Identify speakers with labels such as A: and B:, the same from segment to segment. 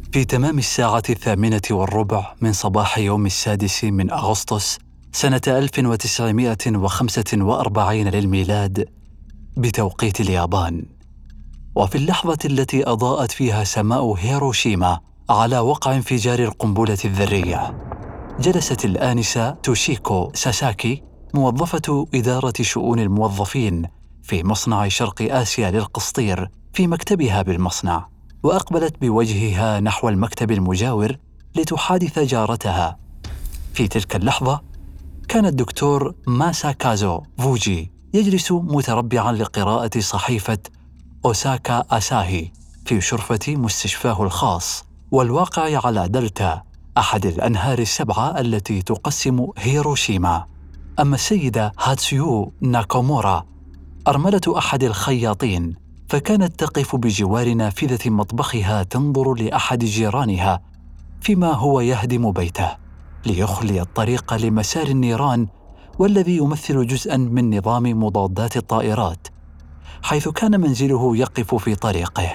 A: في تمام 8:08 من صباح يوم 6 من أغسطس سنة 1945 للميلاد بتوقيت اليابان، وفي اللحظة التي أضاءت فيها سماء هيروشيما على وقع انفجار القنبلة الذرية، جلست الآنسة توشيكو ساساكي موظفة إدارة شؤون الموظفين في مصنع شرق آسيا للقسطير في مكتبها بالمصنع، وأقبلت بوجهها نحو المكتب المجاور لتحادث جارتها. في تلك اللحظة كان الدكتور ماساكازو فوجي يجلس متربعاً لقراءة صحيفة أوساكا آساهي في شرفة مستشفاه الخاص، والواقع على دلتا، أحد الأنهار السبعة التي تقسم هيروشيما. أما السيدة هاتسيو ناكامورا، أرملة أحد الخياطين، فكانت تقف بجوار نافذة مطبخها تنظر لأحد جيرانها فيما هو يهدم بيته ليخلي الطريق لمسار النيران، والذي يمثل جزءاً من نظام مضادات الطائرات، حيث كان منزله يقف في طريقه.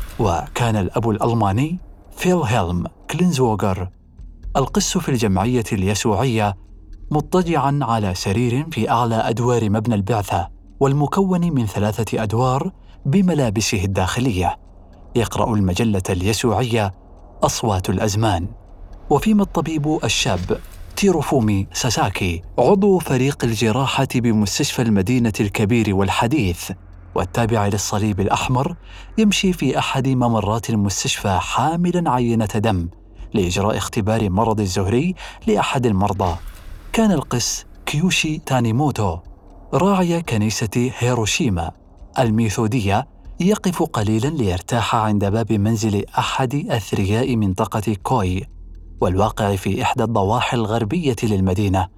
A: وكان الأب الألماني فيلهلم كلينزوغر القس في الجمعية اليسوعية مضطجعاً على سرير في أعلى أدوار مبنى البعثة، والمكون من 3 أدوار بملابسه الداخلية، يقرأ المجلة اليسوعية أصوات الأزمان. وفيما الطبيب الشاب تيروفومي ساساكي، عضو فريق الجراحة بمستشفى المدينة الكبير والحديث والتابع للصليب الأحمر، يمشي في أحد ممرات المستشفى حاملاً عينة دم لإجراء اختبار مرض الزهري لأحد المرضى. كان القس كيوشي تانيموتو راعي كنيسة هيروشيما الميثودية يقف قليلاً ليرتاح عند باب منزل أحد أثرياء منطقة كوي، والواقع في إحدى الضواحي الغربية للمدينة،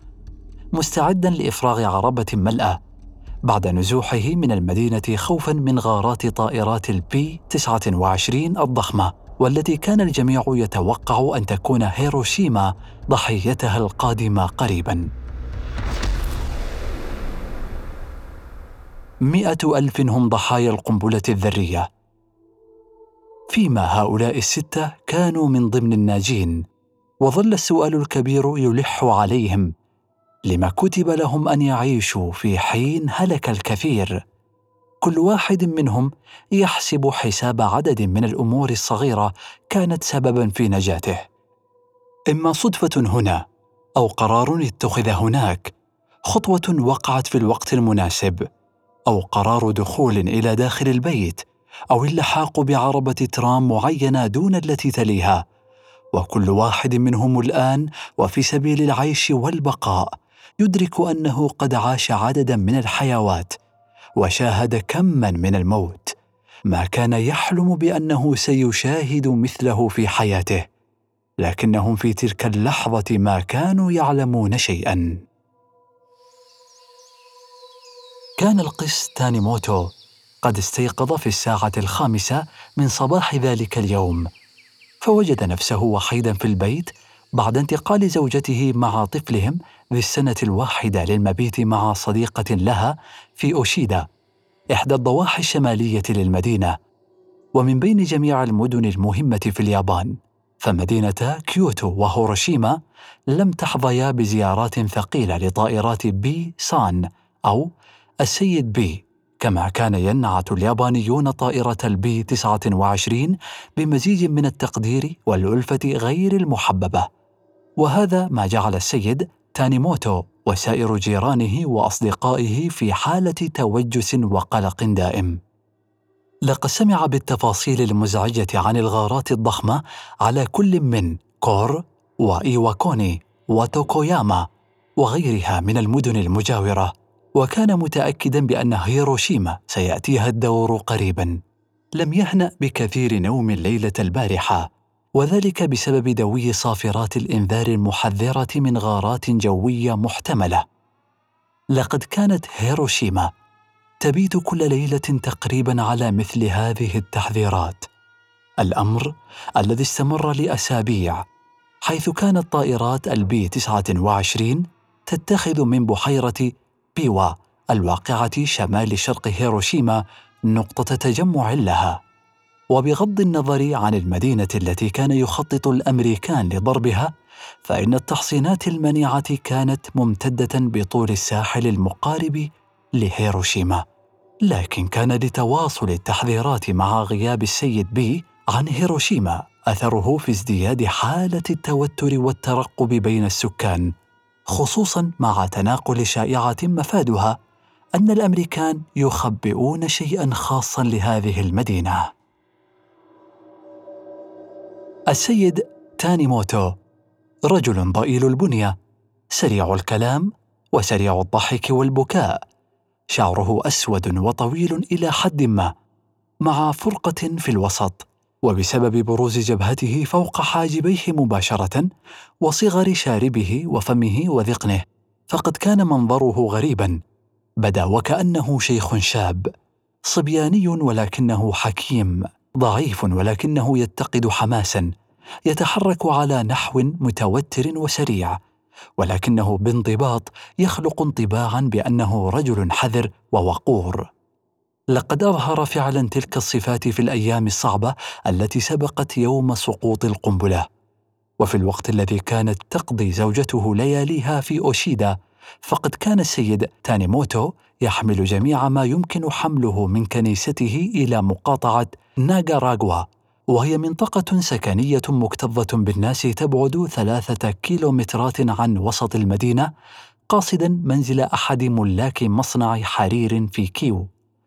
A: مستعداً لإفراغ عربة ملأة بعد نزوحه من المدينة خوفاً من غارات طائرات البي 29 الضخمة، والتي كان الجميع يتوقع أن تكون هيروشيما ضحيتها القادمة قريباً. 100,000 هم ضحايا القنبلة الذرية، فيما هؤلاء ال6 كانوا من ضمن الناجين. وظل السؤال الكبير يلح عليهم: لما كتب لهم أن يعيشوا في حين هلك الكثير؟ كل واحد منهم يحسب حساب عدد من الأمور الصغيرة كانت سبباً في نجاته، إما صدفة هنا، أو قرار اتخذ هناك، خطوة وقعت في الوقت المناسب، أو قرار دخول إلى داخل البيت، أو اللحاق بعربة ترام معينة دون التي تليها. وكل واحد منهم الآن وفي سبيل العيش والبقاء يدرك أنه قد عاش عدداً من الحيوات وشاهد كماً من الموت ما كان يحلم بأنه سيشاهد مثله في حياته، لكنهم في تلك اللحظة ما كانوا يعلمون شيئاً. كان القس تانيموتو قد استيقظ في 5:00 من صباح ذلك اليوم، فوجد نفسه وحيداً في البيت بعد انتقال زوجته مع طفلهم ذي السنة الواحدة للمبيت مع صديقة لها في أوشيدا، إحدى الضواحي الشمالية للمدينة. ومن بين جميع المدن المهمة في اليابان، فمدينة كيوتو وهيروشيما لم تحظيا بزيارات ثقيلة لطائرات بي سان أو السيد بي، كما كان ينعت اليابانيون طائرة البي 29 بمزيج من التقدير والألفة غير المحببة. وهذا ما جعل السيد تانيموتو وسائر جيرانه وأصدقائه في حالة توجس وقلق دائم. لقد سمع بالتفاصيل المزعجة عن الغارات الضخمة على كل من كور وإيواكوني وتوكوياما وغيرها من المدن المجاورة، وكان متأكداً بأن هيروشيما سيأتيها الدور قريباً. لم يهنأ بكثير نوم الليلة البارحة، وذلك بسبب دوي صافرات الإنذار المحذرة من غارات جوية محتملة. لقد كانت هيروشيما تبيت كل ليلة تقريباً على مثل هذه التحذيرات، الأمر الذي استمر لأسابيع، حيث كانت طائرات البي 29 تتخذ من بحيرة بيوا الواقعة شمال شرق هيروشيما نقطة تجمع لها. وبغض النظر عن المدينة التي كان يخطط الأمريكان لضربها، فإن التحصينات المنيعة كانت ممتدة بطول الساحل المقارب لهيروشيما. لكن كان لتواصل التحذيرات مع غياب السيد بي عن هيروشيما أثره في ازدياد حالة التوتر والترقب بين السكان، خصوصاً مع تناقل شائعة مفادها أن الأمريكان يخبئون شيئاً خاصاً لهذه المدينة. السيد تانيموتو رجل ضئيل البنية، سريع الكلام وسريع الضحك والبكاء، شعره أسود وطويل إلى حد ما، مع فرقة في الوسط، وبسبب بروز جبهته فوق حاجبيه مباشرة وصغر شاربه وفمه وذقنه، فقد كان منظره غريبا، بدا وكأنه شيخ شاب، صبياني ولكنه حكيم، ضعيف ولكنه يتقد حماسا، يتحرك على نحو متوتر وسريع، ولكنه بانضباط يخلق انطباعا بأنه رجل حذر ووقور. لقد أظهر فعلا تلك الصفات في الأيام الصعبة التي سبقت يوم سقوط القنبلة، وفي الوقت الذي كانت تقضي زوجته لياليها في أوشيدا، فقد كان السيد تانيموتو يحمل جميع ما يمكن حمله من كنيسته إلى مقاطعة ناغاراغوا، وهي منطقة سكنية مكتظة بالناس تبعد 3 كيلومترات عن وسط المدينة، قاصدا منزل أحد ملاك مصنع حرير في كيو،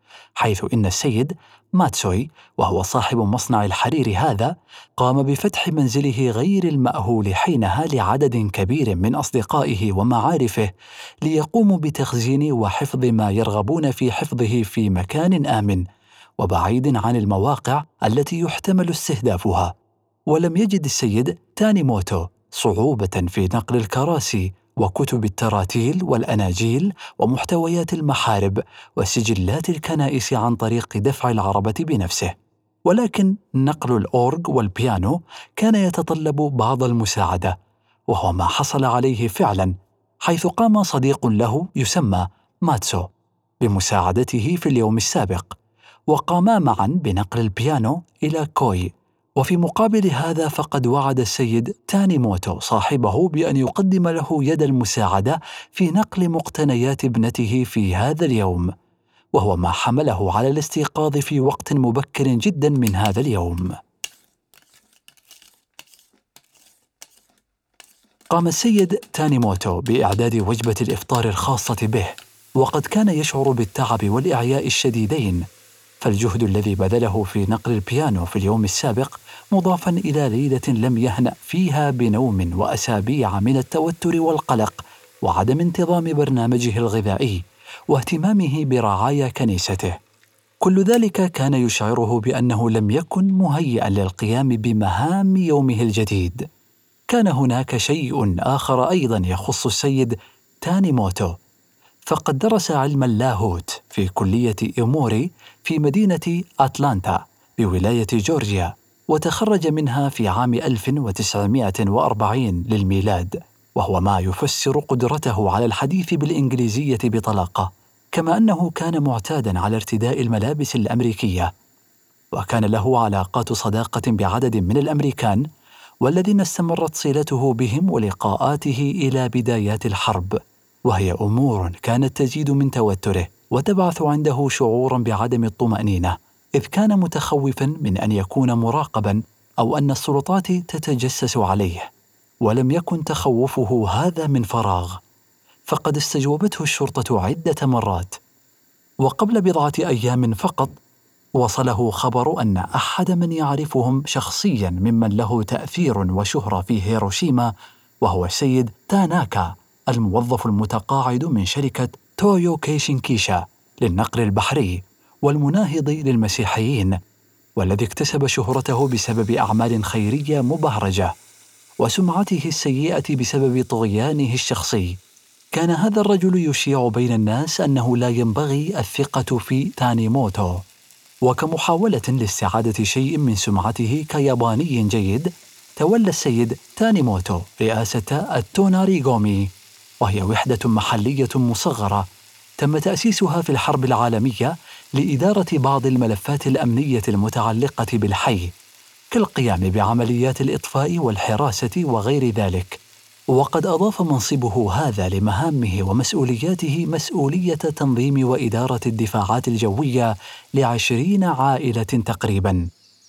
A: حيث إن السيد ماتسوي وهو صاحب مصنع الحرير هذا قام بفتح منزله غير المأهول حينها لعدد كبير من أصدقائه ومعارفه، ليقوموا بتخزين وحفظ ما يرغبون في حفظه في مكان آمن وبعيد عن المواقع التي يحتمل استهدافها. ولم يجد السيد تانيموتو صعوبة في نقل الكراسي وكتب التراتيل والأناجيل ومحتويات المحارب وسجلات الكنائس عن طريق دفع العربة بنفسه، ولكن نقل الأورغ والبيانو كان يتطلب بعض المساعدة، وهو ما حصل عليه فعلا، حيث قام صديق له يسمى ماتسو بمساعدته في اليوم السابق، وقاما معا بنقل البيانو إلى كوي. وفي مقابل هذا فقد وعد السيد تانيموتو صاحبه بأن يقدم له يد المساعدة في نقل مقتنيات ابنته في هذا اليوم، وهو ما حمله على الاستيقاظ في وقت مبكر جدا من هذا اليوم. قام السيد تانيموتو بإعداد وجبة الإفطار الخاصة به، وقد كان يشعر بالتعب والإعياء الشديدين، فالجهد الذي بذله في نقل البيانو في اليوم السابق مضافا إلى ليلة لم يهنأ فيها بنوم وأسابيع من التوتر والقلق وعدم انتظام برنامجه الغذائي واهتمامه برعايا كنيسته، كل ذلك كان يشعره بأنه لم يكن مهيئا للقيام بمهام يومه الجديد. كان هناك شيء آخر أيضا يخص السيد تانيموتو، فقد درس علم اللاهوت في كلية إيموري في مدينة أتلانتا بولاية جورجيا، وتخرج منها في عام 1940 للميلاد، وهو ما يفسر قدرته على الحديث بالإنجليزية بطلاقة، كما أنه كان معتادا على ارتداء الملابس الأمريكية، وكان له علاقات صداقة بعدد من الأمريكان، والذين استمرت صلته بهم ولقاءاته إلى بدايات الحرب، وهي أمور كانت تزيد من توتره وتبعث عنده شعورا بعدم الطمأنينة، إذ كان متخوفا من أن يكون مراقبا أو أن السلطات تتجسس عليه، ولم يكن تخوفه هذا من فراغ، فقد استجوبته الشرطة عدة مرات. وقبل بضعة أيام فقط وصله خبر أن أحد من يعرفهم شخصيا ممن له تأثير وشهرة في هيروشيما، وهو السيد تاناكا، الموظف المتقاعد من شركة تويو كيشينكيشا للنقل البحري والمناهض للمسيحيين، والذي اكتسب شهرته بسبب أعمال خيرية مبهرجة وسمعته السيئة بسبب طغيانه الشخصي. كان هذا الرجل يشيع بين الناس أنه لا ينبغي الثقة في تانيموتو، وكمحاولة لاستعادة شيء من سمعته كياباني جيد، تولى السيد تانيموتو رئاسة التوناريغومي، وهي وحدة محلية مصغرة تم تأسيسها في الحرب العالمية لإدارة بعض الملفات الأمنية المتعلقة بالحي، كالقيام بعمليات الإطفاء والحراسة وغير ذلك. وقد أضاف منصبه هذا لمهامه ومسؤولياته مسؤولية تنظيم وإدارة الدفاعات الجوية ل20 عائلة تقريباً.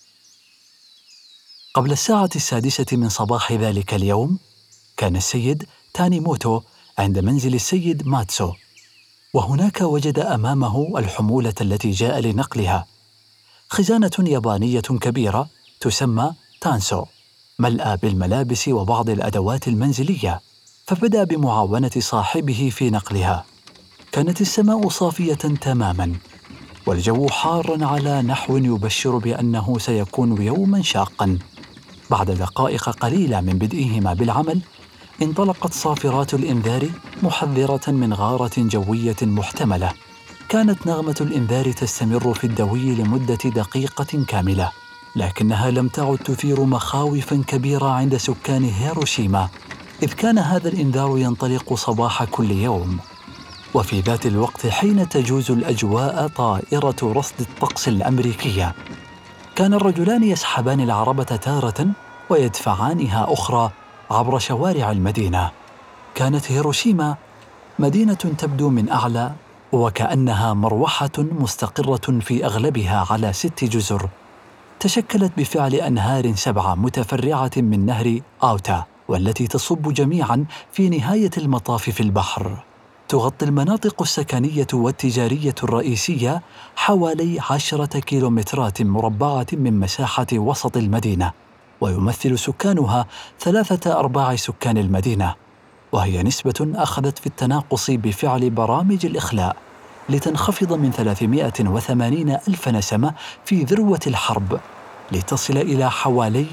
A: قبل الساعة 6 من صباح ذلك اليوم، كان السيد تانيموتو عند منزل السيد ماتسو، وهناك وجد أمامه الحمولة التي جاء لنقلها، خزانة يابانية كبيرة تسمى تانسو، ملأى بالملابس وبعض الأدوات المنزلية، فبدأ بمعاونة صاحبه في نقلها. كانت السماء صافية تماماً، والجو حار على نحو يبشر بأنه سيكون يوماً شاقاً. بعد دقائق قليلة من بدئهما بالعمل، انطلقت صافرات الإنذار محذرة من غارة جوية محتملة. كانت نغمة الإنذار تستمر في الدوي لمدة دقيقة كاملة، لكنها لم تعد تثير مخاوفاً كبيرة عند سكان هيروشيما، إذ كان هذا الإنذار ينطلق صباح كل يوم. وفي ذات الوقت، حين تجوز الأجواء طائرة رصد الطقس الأمريكية، كان الرجلان يسحبان العربة تارة ويدفعانها أخرى عبر شوارع المدينة. كانت هيروشيما مدينة تبدو من أعلى، وكأنها مروحة مستقرة في أغلبها على 6 جزر، تشكلت بفعل أنهار 7 متفرعة من نهر آوتا، والتي تصب جميعاً في نهاية المطاف في البحر. تغطي المناطق السكنية والتجارية الرئيسية حوالي 10 كيلومترات مربعة من مساحة وسط المدينة، ويمثل سكانها 3/4 سكان المدينة، وهي نسبة أخذت في التناقص بفعل برامج الإخلاء لتنخفض من 380 ألف نسمة في ذروة الحرب لتصل إلى حوالي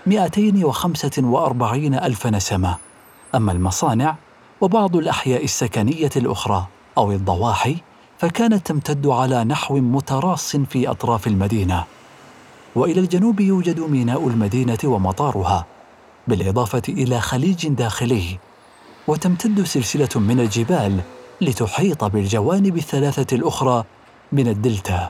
A: 245 ألف نسمة. أما المصانع وبعض الأحياء السكنية الأخرى أو الضواحي فكانت تمتد على نحو متراص في أطراف المدينة. وإلى الجنوب يوجد ميناء المدينة ومطارها، بالإضافة إلى خليج داخلي، وتمتد سلسلة من الجبال لتحيط بالجوانب الثلاثة الأخرى من الدلتا.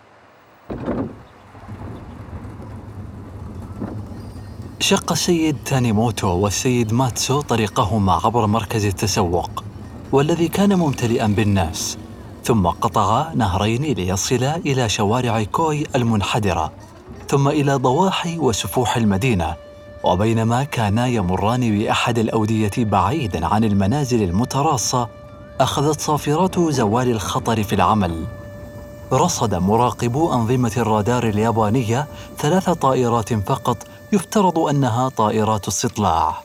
A: شق السيد تانيموتو والسيد ماتسو طريقهما عبر مركز التسوق، والذي كان ممتلئا بالناس، ثم قطعا نهرين ليصلا إلى شوارع كوي المنحدرة، ثم إلى ضواحي وسفوح المدينة. وبينما كانا يمران بأحد الأودية بعيدا عن المنازل المتراصة، أخذت صافرات زوال الخطر في العمل. رصد مراقبو أنظمة الرادار اليابانية 3 طائرات فقط يفترض أنها طائرات استطلاع.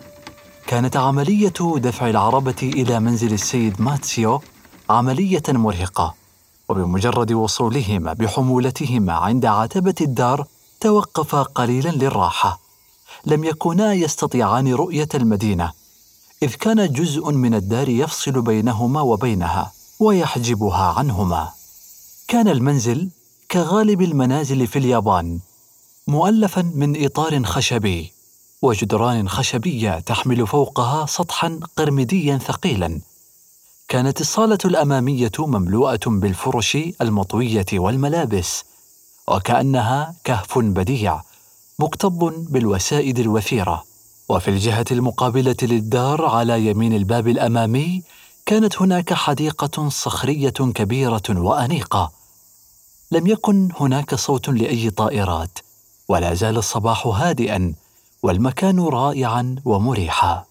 A: كانت عملية دفع العربة إلى منزل السيد ماتسيو عملية مرهقة، وبمجرد وصولهما بحمولتهما عند عتبة الدار توقفا قليلا للراحة. لم يكونا يستطيعان رؤية المدينة، إذ كان جزء من الدار يفصل بينهما وبينها ويحجبها عنهما. كان المنزل كغالب المنازل في اليابان مؤلفاً من إطار خشبي وجدران خشبية تحمل فوقها سطحاً قرميدياً ثقيلاً. كانت الصالة الأمامية مملوءة بالفرش المطوية والملابس، وكأنها كهف بديع مكتظ بالوسائد الوثيرة. وفي الجهة المقابلة للدار على يمين الباب الأمامي كانت هناك حديقة صخرية كبيرة وأنيقة. لم يكن هناك صوت لأي طائرات، ولا زال الصباح هادئاً والمكان رائعاً ومريحاً.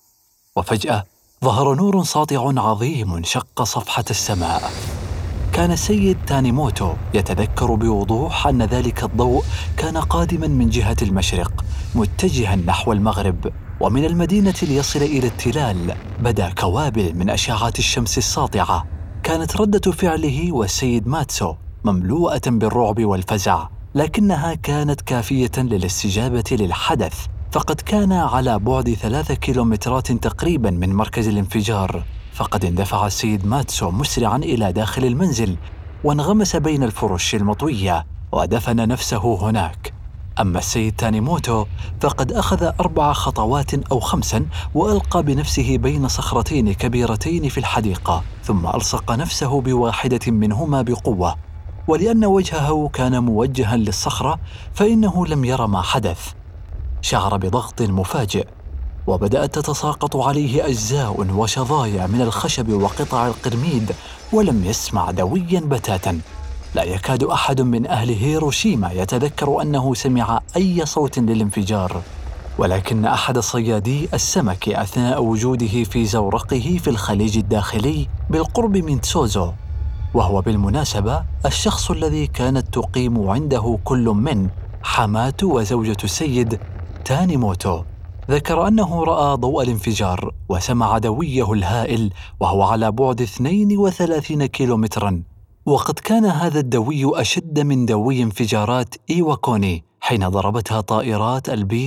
A: وفجأة ظهر نور ساطع عظيم شق صفحة السماء. كان السيد تانيموتو يتذكر بوضوح أن ذلك الضوء كان قادماً من جهة المشرق متجهاً نحو المغرب، ومن المدينة ليصل إلى التلال بدا كوابل من أشعة الشمس الساطعة. كانت ردة فعله والسيد ماتسو مملوءة بالرعب والفزع، لكنها كانت كافية للاستجابة للحدث، فقد كان على بعد 3 كيلومترات تقريباً من مركز الانفجار. فقد اندفع السيد ماتسو مسرعاً إلى داخل المنزل، وانغمس بين الفرش المطوية ودفن نفسه هناك. أما السيد تانيموتو فقد أخذ 4 خطوات أو 5 وألقى بنفسه بين صخرتين كبيرتين في الحديقة، ثم ألصق نفسه بواحدة منهما بقوة، ولأن وجهه كان موجها للصخرة فإنه لم ير ما حدث. شعر بضغط مفاجئ، وبدأت تتساقط عليه أجزاء وشظايا من الخشب وقطع القرميد، ولم يسمع دويا بتاتا. لا يكاد أحد من أهل هيروشيما يتذكر أنه سمع أي صوت للانفجار، ولكن أحد صيادي السمك أثناء وجوده في زورقه في الخليج الداخلي بالقرب من تسوزو، وهو بالمناسبة الشخص الذي كانت تقيم عنده كل من حماته وزوجة السيد تانيموتو، ذكر أنه رأى ضوء الانفجار وسمع دويه الهائل وهو على بعد 32 كيلومتراً. وقد كان هذا الدوي أشد من دوي انفجارات إيواكوني حين ضربتها طائرات البي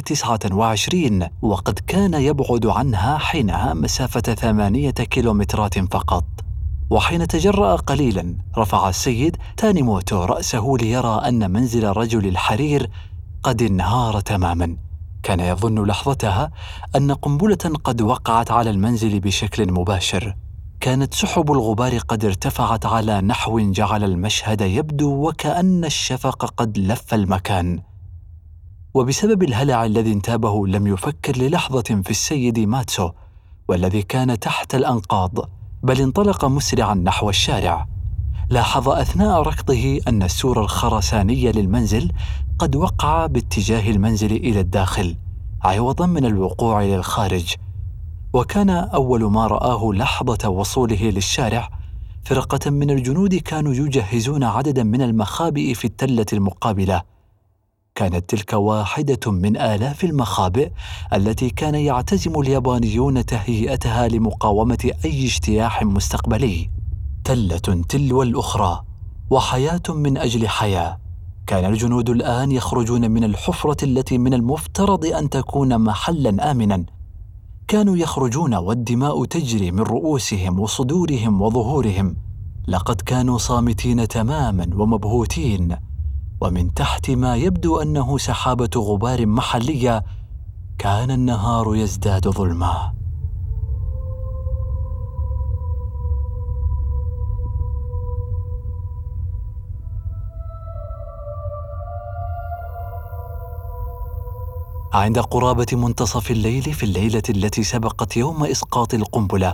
A: 29، وقد كان يبعد عنها حينها مسافة 8 كيلومترات فقط. وحين تجرأ قليلا رفع السيد تانيموتو رأسه ليرى أن منزل رجل الحرير قد انهار تماما. كان يظن لحظتها أن قنبلة قد وقعت على المنزل بشكل مباشر. كانت سحب الغبار قد ارتفعت على نحو جعل المشهد يبدو وكأن الشفق قد لف المكان. وبسبب الهلع الذي انتابه لم يفكر للحظة في السيد ماتسو والذي كان تحت الأنقاض، بل انطلق مسرعا نحو الشارع. لاحظ أثناء ركضه أن السور الخرساني للمنزل قد وقع باتجاه المنزل إلى الداخل عوضا من الوقوع للخارج. وكان أول ما رآه لحظة وصوله للشارع فرقة من الجنود كانوا يجهزون عددا من المخابئ في التلة المقابلة. كانت تلك واحدة من آلاف المخابئ التي كان يعتزم اليابانيون تهيئتها لمقاومة أي اجتياح مستقبلي. تلة تلو الأخرى، وحياة من أجل حياة. كان الجنود الآن يخرجون من الحفرة التي من المفترض أن تكون محلا آمنا. كانوا يخرجون والدماء تجري من رؤوسهم وصدورهم وظهورهم. لقد كانوا صامتين تماما ومبهوتين، ومن تحت ما يبدو أنه سحابة غبار محلية كان النهار يزداد ظلما. عند قرابة منتصف الليل في الليلة التي سبقت يوم إسقاط القنبلة،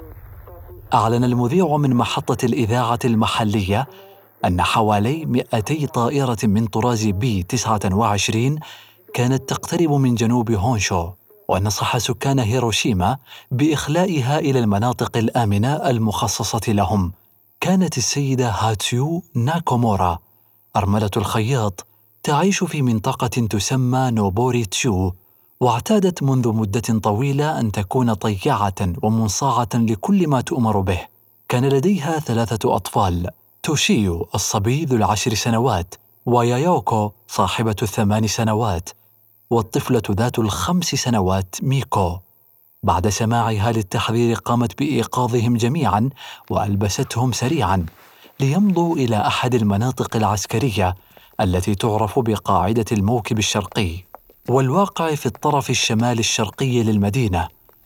A: أعلن المذيع من محطة الإذاعة المحلية أن حوالي 200 طائرة من طراز بي 29 كانت تقترب من جنوب هونشو، ونصح سكان هيروشيما بإخلائها إلى المناطق الآمنة المخصصة لهم. كانت السيدة هاتسيو ناكامورا أرملة الخياط تعيش في منطقة تسمى نوبوري تشو، واعتادت منذ مدة طويلة أن تكون طيعة ومنصاعة لكل ما تؤمر به. كان لديها 3 أطفال: توشيو الصبي ذو 10 سنوات، ويايوكو صاحبة 8 سنوات، والطفلة ذات 5 سنوات ميكو. بعد سماعها للتحذير قامت بإيقاظهم جميعا وألبستهم سريعا ليمضوا إلى أحد المناطق العسكرية التي تعرف بقاعدة الموكب الشرقي، والواقع في الطرف الشمال الشرقي للمدينة.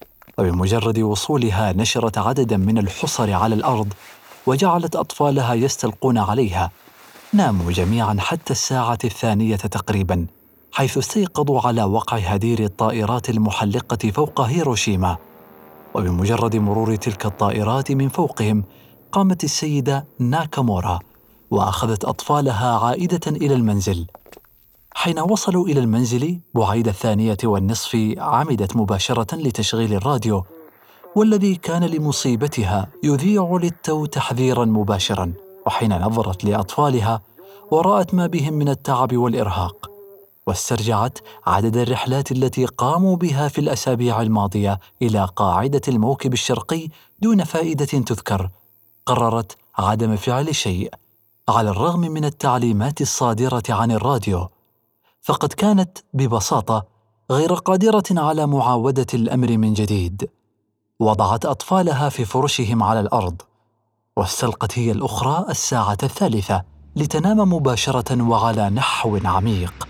A: وبمجرد وصولها نشرت عددا من الحصر على الأرض وجعلت أطفالها يستلقون عليها. ناموا جميعا حتى الساعة 2 تقريبا، حيث استيقظوا على وقع هدير الطائرات المحلقة فوق هيروشيما. وبمجرد مرور تلك الطائرات من فوقهم قامت السيدة ناكامورا وأخذت أطفالها عائدة إلى المنزل. حين وصلوا إلى المنزل بعيد 2:30 عمدت مباشرة لتشغيل الراديو، والذي كان لمصيبتها يذيع للتو تحذيرا مباشرا. وحين نظرت لأطفالها ورأت ما بهم من التعب والإرهاق، واسترجعت عدد الرحلات التي قاموا بها في الأسابيع الماضية إلى قاعدة الموكب الشرقي دون فائدة تذكر، قررت عدم فعل شيء على الرغم من التعليمات الصادرة عن الراديو، فقد كانت ببساطة غير قادرة على معاودة الأمر من جديد. وضعت أطفالها في فرشهم على الأرض، واستلقت هي الأخرى الساعة 3 لتنام مباشرة وعلى نحو عميق،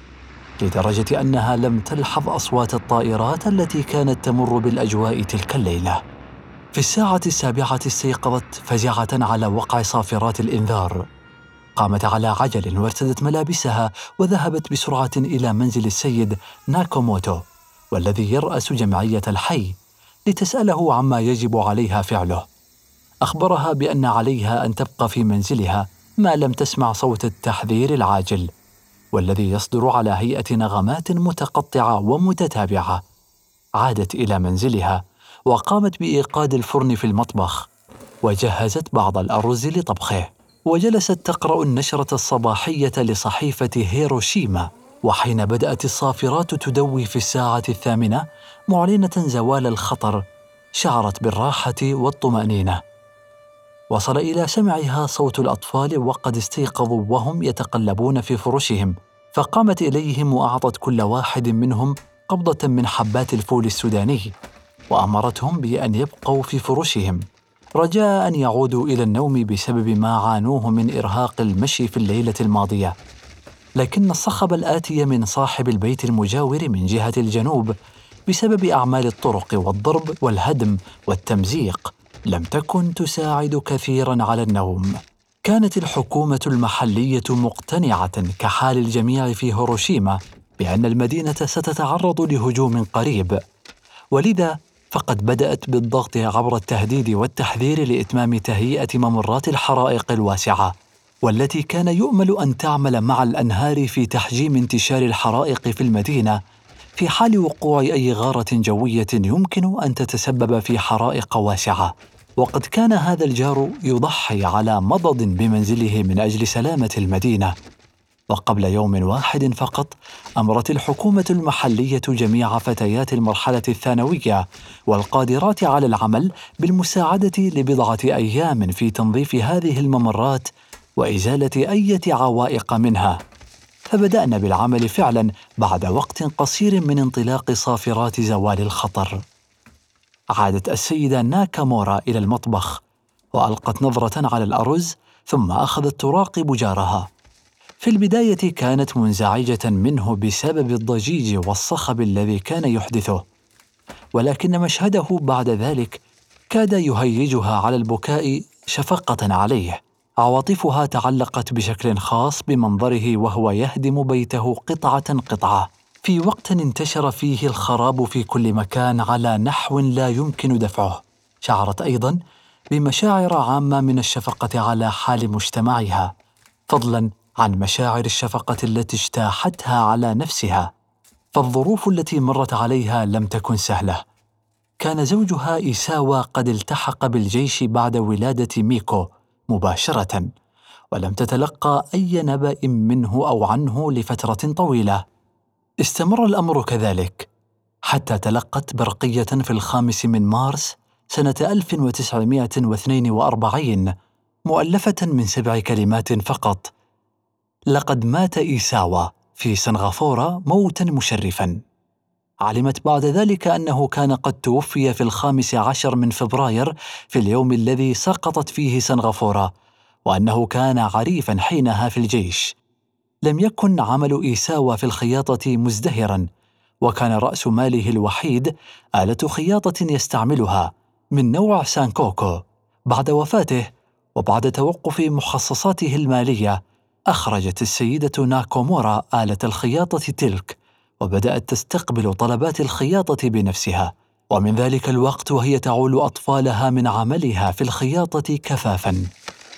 A: لدرجة أنها لم تلحظ أصوات الطائرات التي كانت تمر بالأجواء تلك الليلة. في الساعة 7 استيقظت فزعة على وقع صافرات الإنذار، قامت على عجل وارتدت ملابسها وذهبت بسرعة إلى منزل السيد ناكاموتو والذي يرأس جمعية الحي لتسأله عما يجب عليها فعله. أخبرها بأن عليها أن تبقى في منزلها ما لم تسمع صوت التحذير العاجل والذي يصدر على هيئة نغمات متقطعة ومتتابعة. عادت إلى منزلها وقامت بإيقاد الفرن في المطبخ وجهزت بعض الأرز لطبخه، وجلست تقرأ النشرة الصباحية لصحيفة هيروشيما. وحين بدأت الصافرات تدوي في الساعة 8 معلنة زوال الخطر شعرت بالراحة والطمأنينة. وصل إلى سمعها صوت الأطفال وقد استيقظوا وهم يتقلبون في فرشهم، فقامت إليهم وأعطت كل واحد منهم قبضة من حبات الفول السوداني وأمرتهم بأن يبقوا في فرشهم رجاء أن يعودوا إلى النوم بسبب ما عانوه من إرهاق المشي في الليلة الماضية. لكن الصخب الآتي من صاحب البيت المجاور من جهة الجنوب بسبب أعمال الطرق والضرب والهدم والتمزيق لم تكن تساعد كثيراً على النوم. كانت الحكومة المحلية مقتنعة كحال الجميع في هيروشيما بأن المدينة ستتعرض لهجوم قريب، ولذا فقد بدأت بالضغط عبر التهديد والتحذير لإتمام تهيئة ممرات الحرائق الواسعة، والتي كان يؤمل أن تعمل مع الأنهار في تحجيم انتشار الحرائق في المدينة في حال وقوع أي غارة جوية يمكن أن تتسبب في حرائق واسعة. وقد كان هذا الجار يضحي على مضض بمنزله من أجل سلامة المدينة. وقبل يوم واحد فقط أمرت الحكومة المحلية جميع فتيات المرحلة الثانوية والقادرات على العمل بالمساعدة لبضعة أيام في تنظيف هذه الممرات وإزالة أي عوائق منها. فبدأنا بالعمل فعلا بعد وقت قصير من انطلاق صافرات زوال الخطر. عادت السيدة ناكامورا إلى المطبخ وألقت نظرة على الأرز ثم أخذت تراقب جارها. في البداية كانت منزعجة منه بسبب الضجيج والصخب الذي كان يحدثه، ولكن مشهده بعد ذلك كاد يهيجها على البكاء شفقة عليه. عواطفها تعلقت بشكل خاص بمنظره وهو يهدم بيته قطعة قطعة في وقت انتشر فيه الخراب في كل مكان على نحو لا يمكن دفعه. شعرت أيضاً بمشاعر عامة من الشفقة على حال مجتمعها، فضلاً عن مشاعر الشفقة التي اجتاحتها على نفسها. فالظروف التي مرت عليها لم تكن سهلة. كان زوجها إيساوا قد التحق بالجيش بعد ولادة ميكو مباشرة، ولم تتلقى أي نبأ منه أو عنه لفترة طويلة. استمر الأمر كذلك حتى تلقت برقية في 5 مارس سنة 1942 مؤلفة من 7 كلمات فقط: لقد مات إيساوا في سنغافورة موتاً مشرفاً. علمت بعد ذلك أنه كان قد توفي في 15 فبراير في اليوم الذي سقطت فيه سنغافورة، وأنه كان عريفاً حينها في الجيش. لم يكن عمل إيساوا في الخياطة مزدهراً، وكان رأس ماله الوحيد آلة خياطة يستعملها من نوع سانكوكو. بعد وفاته وبعد توقف مخصصاته المالية أخرجت السيدة ناكامورا آلة الخياطة تلك وبدأت تستقبل طلبات الخياطة بنفسها، ومن ذلك الوقت وهي تعول أطفالها من عملها في الخياطة كفافاً.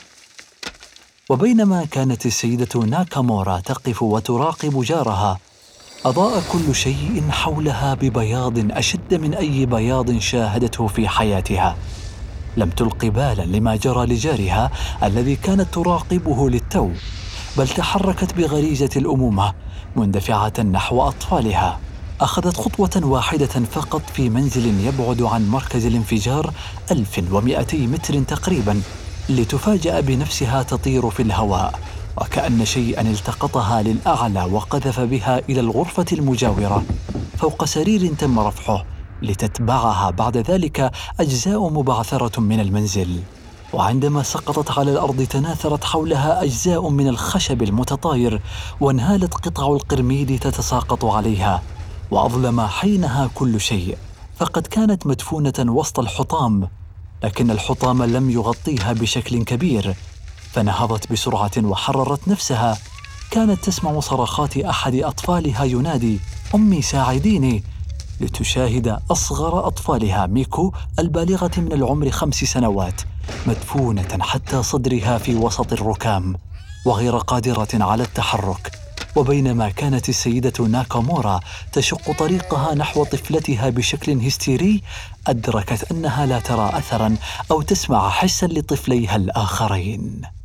A: وبينما كانت السيدة ناكامورا تقف وتراقب جارها، أضاء كل شيء حولها ببياض أشد من أي بياض شاهدته في حياتها. لم تلق بالا لما جرى لجارها الذي كانت تراقبه للتو، بل تحركت بغريزة الأمومة مندفعة نحو أطفالها. أخذت خطوة واحدة فقط في منزل يبعد عن مركز الانفجار 1200 متر تقريبا، لتفاجأ بنفسها تطير في الهواء وكأن شيئا التقطها للأعلى وقذف بها إلى الغرفة المجاورة فوق سرير تم رفعه، لتتبعها بعد ذلك أجزاء مبعثرة من المنزل. وعندما سقطت على الأرض تناثرت حولها أجزاء من الخشب المتطاير، وانهالت قطع القرميد تتساقط عليها، وأظلم حينها كل شيء. فقد كانت مدفونة وسط الحطام، لكن الحطام لم يغطيها بشكل كبير، فنهضت بسرعة وحررت نفسها. كانت تسمع صرخات أحد أطفالها ينادي: أمي ساعديني، لتشاهد أصغر أطفالها ميكو البالغة من العمر 5 سنوات مدفونة حتى صدرها في وسط الركام وغير قادرة على التحرك. وبينما كانت السيدة ناكامورا تشق طريقها نحو طفلتها بشكل هستيري، أدركت أنها لا ترى أثراً أو تسمع حساً لطفليها الآخرين.